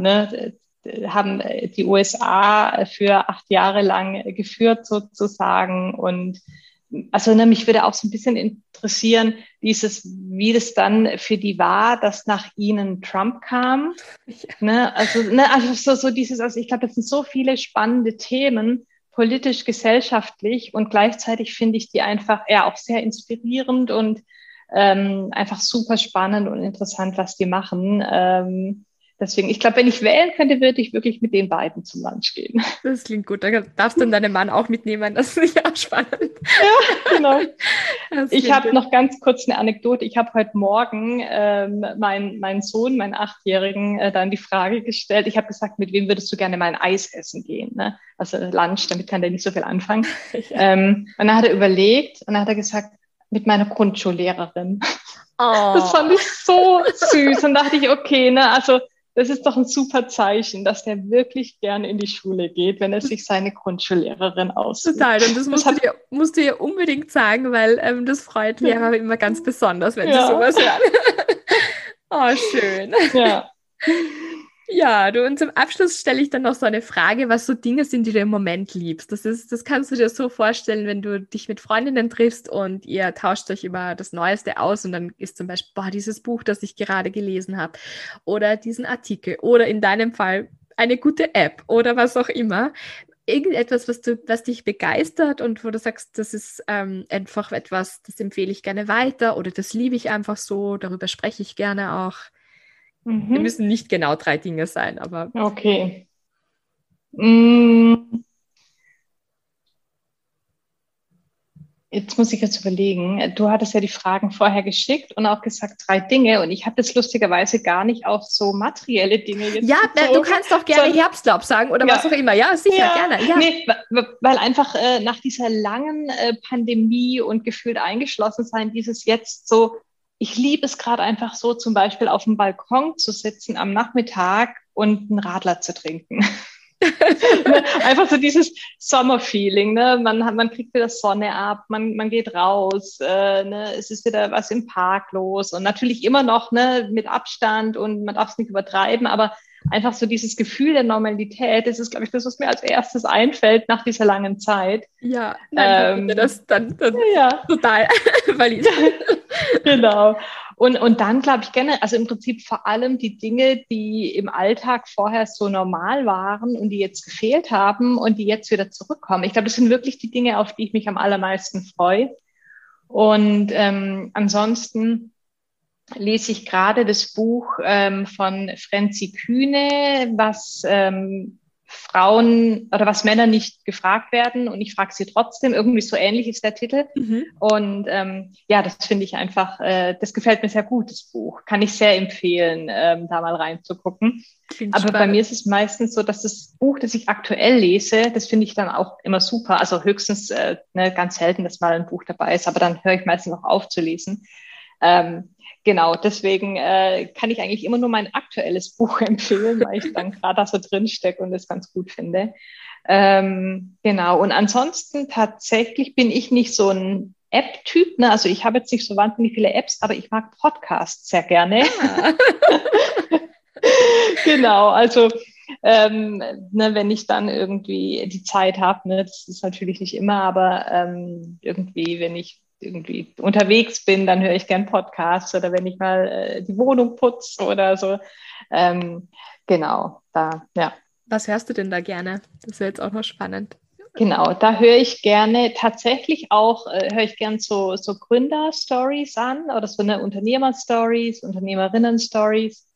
die USA für 8 Jahre lang geführt sozusagen und also ne, mich würde auch so ein bisschen interessieren, wie das dann für die war, dass nach ihnen Trump kam. Ja. Ne, also so dieses, also ich glaube, das sind so viele spannende Themen, politisch, gesellschaftlich und gleichzeitig finde ich die einfach auch sehr inspirierend und einfach super spannend und interessant, was die machen. Deswegen, ich glaube, wenn ich wählen könnte, würde ich wirklich mit den beiden zum Lunch gehen. Das klingt gut. Da darfst du dann deinen Mann auch mitnehmen. Das ist ja auch spannend. Ja, genau. Ich habe noch ganz kurz eine Anekdote. Ich habe heute Morgen meinen Sohn, meinen 8-Jährigen, dann die Frage gestellt. Ich habe gesagt, mit wem würdest du gerne mal ein Eis essen gehen? Ne? Also Lunch, damit kann der nicht so viel anfangen. Ja. Und dann hat er überlegt und dann hat er gesagt, mit meiner Grundschullehrerin. Oh. Das fand ich so süß. Und dachte ich, okay, ne, also das ist doch ein super Zeichen, dass der wirklich gerne in die Schule geht, wenn er sich seine Grundschullehrerin aussucht. Total, und das musst du ihr unbedingt sagen, weil das freut Lehrer immer ganz besonders, wenn sie sowas hören. Oh, schön. Ja. Ja, und zum Abschluss stelle ich dann noch so eine Frage, was so Dinge sind, die du im Moment liebst. Das kannst du dir so vorstellen, wenn du dich mit Freundinnen triffst und ihr tauscht euch über das Neueste aus und dann ist zum Beispiel, dieses Buch, das ich gerade gelesen habe oder diesen Artikel oder in deinem Fall eine gute App oder was auch immer. Irgendetwas, was dich begeistert und wo du sagst, das ist einfach etwas, das empfehle ich gerne weiter oder das liebe ich einfach so, darüber spreche ich gerne auch. Wir müssen nicht genau 3 Dinge sein, aber... Okay. Jetzt muss ich jetzt überlegen. Du hattest ja die Fragen vorher geschickt und auch gesagt 3 Dinge und ich habe das lustigerweise gar nicht auf so materielle Dinge jetzt bezogen. Du kannst doch gerne Herbstlaub sagen oder was auch immer. Ja, sicher, gerne. Ja. Nee, weil einfach nach dieser langen Pandemie und gefühlt eingeschlossen sein, dieses jetzt so, ich liebe es gerade einfach so, zum Beispiel auf dem Balkon zu sitzen am Nachmittag und einen Radler zu trinken. Einfach so dieses Sommerfeeling, ne? Man kriegt wieder Sonne ab, man geht raus, ne? Es ist wieder was im Park los und natürlich immer noch ne, mit Abstand und man darf es nicht übertreiben, aber einfach so dieses Gefühl der Normalität, das ist, glaube ich, das, was mir als erstes einfällt nach dieser langen Zeit. Ja, nein, das dann ja. total valid. Genau. Und dann glaube ich gerne, also im Prinzip vor allem die Dinge, die im Alltag vorher so normal waren und die jetzt gefehlt haben und die jetzt wieder zurückkommen. Ich glaube, das sind wirklich die Dinge, auf die ich mich am allermeisten freue. Und ansonsten lese ich gerade das Buch von Franzi Kühne, was Frauen oder was Männer nicht gefragt werden und ich frage sie trotzdem. Irgendwie so ähnlich ist der Titel. Und ja, das finde ich einfach, das gefällt mir sehr gut, das Buch. Kann ich sehr empfehlen, da mal reinzugucken. Klingt Aber spannend. bei mir ist es meistens so, dass das Buch, das ich aktuell lese, das finde ich dann auch immer super. Also höchstens ganz selten, dass mal ein Buch dabei ist, aber dann höre ich meistens auch auf zu lesen. Genau, deswegen kann ich eigentlich immer nur mein aktuelles Buch empfehlen, weil ich dann gerade da so drin stecke und das ganz gut finde. Genau, und ansonsten tatsächlich bin ich nicht so ein App-Typ, ne? Also ich habe jetzt nicht so wahnsinnig viele Apps, aber ich mag Podcasts sehr gerne. Genau, also wenn ich dann irgendwie die Zeit habe, ne, das ist natürlich nicht immer, aber irgendwie, wenn ich irgendwie unterwegs bin, dann höre ich gern Podcasts oder wenn ich mal die Wohnung putze oder so. Genau, da, ja. Was hörst du denn da gerne? Das wäre jetzt auch noch spannend. Genau, da höre ich gerne tatsächlich auch, höre ich gern so Gründer-Stories an oder so eine Unternehmer-Stories, Unternehmerinnen-Stories.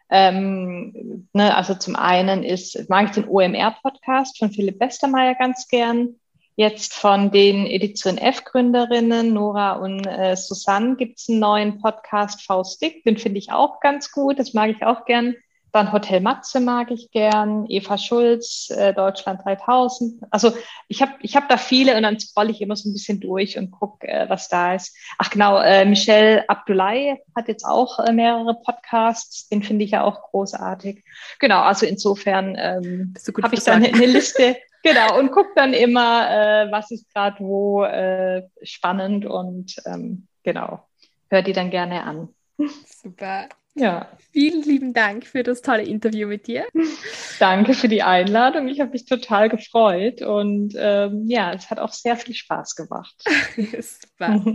Also zum einen mag ich den OMR-Podcast von Philipp Westermeier ganz gern. Jetzt von den Edition F-Gründerinnen, Nora und Susanne, gibt es einen neuen Podcast, V-Stick, den finde ich auch ganz gut, das mag ich auch gern. Dann Hotel Matze mag ich gern, Eva Schulz, Deutschland 3000. Also ich hab da viele und dann scrolle ich immer so ein bisschen durch und gucke, was da ist. Ach genau, Michelle Abdullahi hat jetzt auch mehrere Podcasts, den finde ich ja auch großartig. Genau, also insofern habe ich dann eine Liste. Genau, und gucke dann immer, was ist gerade wo spannend und genau, hör die dann gerne an. Super. Ja. Vielen lieben Dank für das tolle Interview mit dir. Danke für die Einladung. Ich habe mich total gefreut und ja, es hat auch sehr viel Spaß gemacht. Super.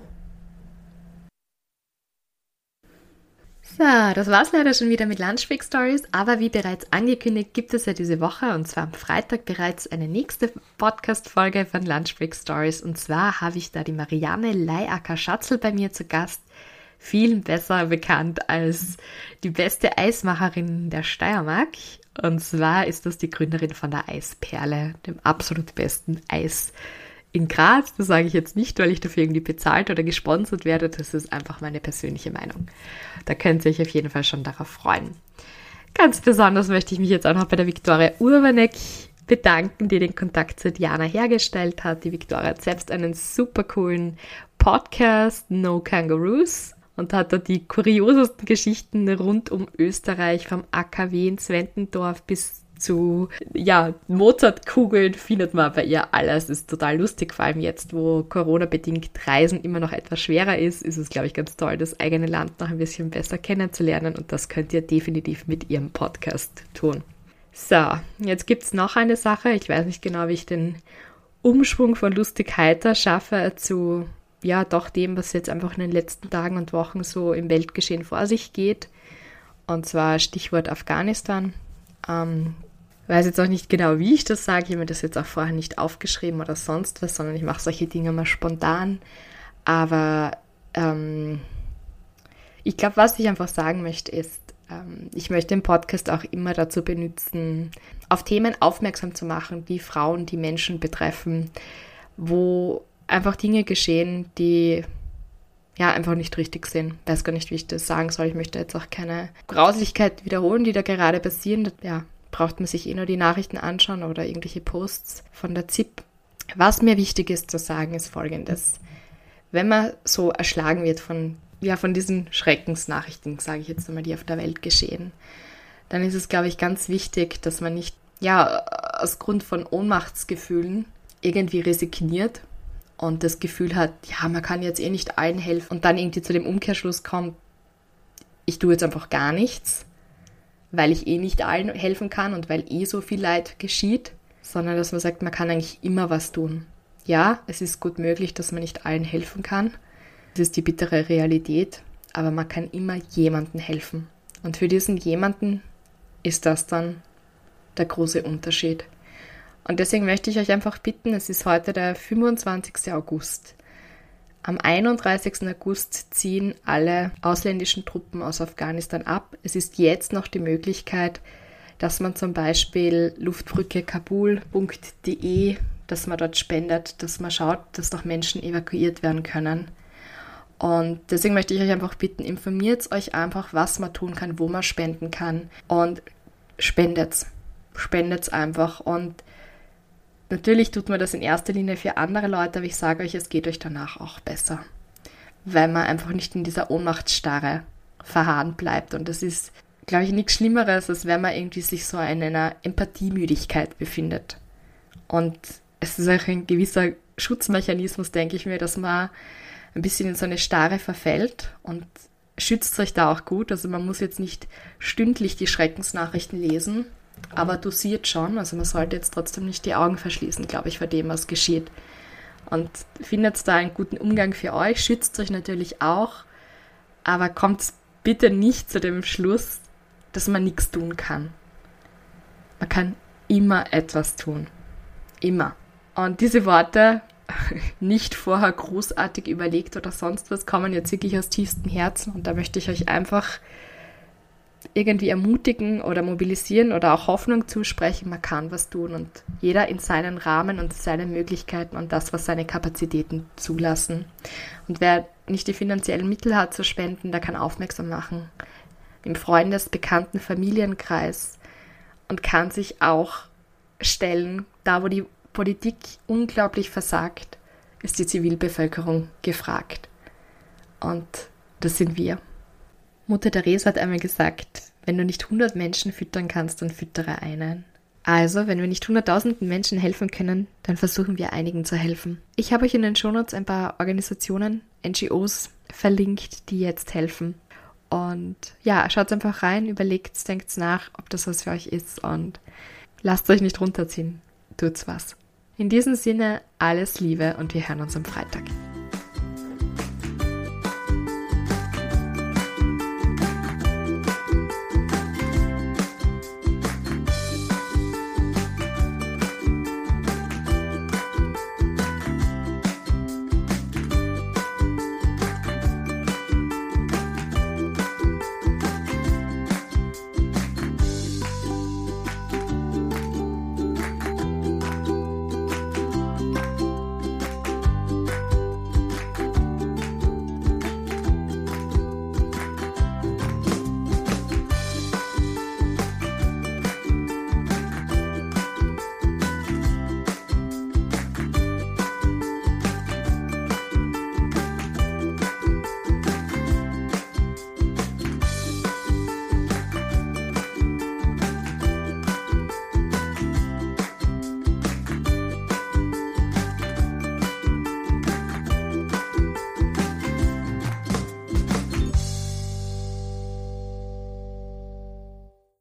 So, das war's leider schon wieder mit Lunchbreak Stories, aber wie bereits angekündigt, gibt es ja diese Woche und zwar am Freitag bereits eine nächste Podcast-Folge von Lunchbreak Stories und zwar habe ich da die Marianne Leiacker-Schatzl bei mir zu Gast, viel besser bekannt als die beste Eismacherin der Steiermark und zwar ist das die Gründerin von der Eisperle, dem absolut besten Eis in Graz. Das sage ich jetzt nicht, weil ich dafür irgendwie bezahlt oder gesponsert werde. Das ist einfach meine persönliche Meinung. Da könnt ihr euch auf jeden Fall schon darauf freuen. Ganz besonders möchte ich mich jetzt auch noch bei der Viktoria Urbanek bedanken, die den Kontakt zu Diana hergestellt hat. Die Viktoria hat selbst einen super coolen Podcast, No Kangaroos, und hat da die kuriosesten Geschichten rund um Österreich, vom AKW in Zwentendorf bis zu, ja, Mozartkugeln findet man bei ihr alles. Das ist total lustig, vor allem jetzt, wo Corona-bedingt Reisen immer noch etwas schwerer ist es, glaube ich, ganz toll, das eigene Land noch ein bisschen besser kennenzulernen und das könnt ihr definitiv mit ihrem Podcast tun. So, jetzt gibt es noch eine Sache. Ich weiß nicht genau, wie ich den Umschwung von lustig heiter schaffe zu, ja, doch dem, was jetzt einfach in den letzten Tagen und Wochen so im Weltgeschehen vor sich geht. Und zwar Stichwort Afghanistan. Weiß jetzt auch nicht genau, wie ich das sage. Ich habe mir das jetzt auch vorher nicht aufgeschrieben oder sonst was, sondern ich mache solche Dinge mal spontan. Aber ich glaube, was ich einfach sagen möchte, ist, ich möchte den Podcast auch immer dazu benutzen, auf Themen aufmerksam zu machen, die Frauen, die Menschen betreffen, wo einfach Dinge geschehen, die ja einfach nicht richtig sind. Ich weiß gar nicht, wie ich das sagen soll. Ich möchte jetzt auch keine Grauslichkeit wiederholen, die da gerade passieren. Ja, braucht man sich nur die Nachrichten anschauen oder irgendwelche Posts von der ZIP. Was mir wichtig ist zu sagen, ist Folgendes. Wenn man so erschlagen wird von diesen Schreckensnachrichten, sage ich jetzt einmal, die auf der Welt geschehen, dann ist es, glaube ich, ganz wichtig, dass man nicht, aus Grund von Ohnmachtsgefühlen irgendwie resigniert und das Gefühl hat, ja, man kann jetzt nicht allen helfen und dann irgendwie zu dem Umkehrschluss kommt, ich tue jetzt einfach gar nichts, weil ich nicht allen helfen kann und weil so viel Leid geschieht, sondern dass man sagt, man kann eigentlich immer was tun. Ja, es ist gut möglich, dass man nicht allen helfen kann. Das ist die bittere Realität, aber man kann immer jemandem helfen. Und für diesen jemanden ist das dann der große Unterschied. Und deswegen möchte ich euch einfach bitten, es ist heute der 25. August. Am 31. August ziehen alle ausländischen Truppen aus Afghanistan ab. Es ist jetzt noch die Möglichkeit, dass man zum Beispiel luftbrückekabul.de, dass man dort spendet, dass man schaut, dass doch Menschen evakuiert werden können. Und deswegen möchte ich euch einfach bitten, informiert euch einfach, was man tun kann, wo man spenden kann und spendet's einfach. Und natürlich tut man das in erster Linie für andere Leute, aber ich sage euch, es geht euch danach auch besser, weil man einfach nicht in dieser Ohnmachtsstarre verharren bleibt. Und das ist, glaube ich, nichts Schlimmeres, als wenn man irgendwie sich so in einer Empathiemüdigkeit befindet. Und es ist auch ein gewisser Schutzmechanismus, denke ich mir, dass man ein bisschen in so eine Starre verfällt, und schützt euch da auch gut. Also man muss jetzt nicht stündlich die Schreckensnachrichten lesen, aber dosiert schon. Also man sollte jetzt trotzdem nicht die Augen verschließen, glaube ich, vor dem, was geschieht. Und findet da einen guten Umgang für euch, schützt euch natürlich auch, aber kommt bitte nicht zu dem Schluss, dass man nichts tun kann. Man kann immer etwas tun. Immer. Und diese Worte, nicht vorher großartig überlegt oder sonst was, kommen jetzt wirklich aus tiefstem Herzen, und da möchte ich euch einfach irgendwie ermutigen oder mobilisieren oder auch Hoffnung zusprechen. Man kann was tun, und jeder in seinen Rahmen und seinen Möglichkeiten und das, was seine Kapazitäten zulassen. Und wer nicht die finanziellen Mittel hat zu spenden, der kann aufmerksam machen im Freundes-, Bekannten-, Familienkreis und kann sich auch stellen, da wo die Politik unglaublich versagt, ist die Zivilbevölkerung gefragt. Und das sind wir. Mutter Teresa hat einmal gesagt, wenn du nicht 100 Menschen füttern kannst, dann füttere einen. Also, wenn wir nicht hunderttausenden Menschen helfen können, dann versuchen wir einigen zu helfen. Ich habe euch in den Shownotes ein paar Organisationen, NGOs verlinkt, die jetzt helfen. Und ja, schaut einfach rein, überlegt, denkt nach, ob das was für euch ist, und lasst euch nicht runterziehen. Tut's was. In diesem Sinne, alles Liebe, und wir hören uns am Freitag.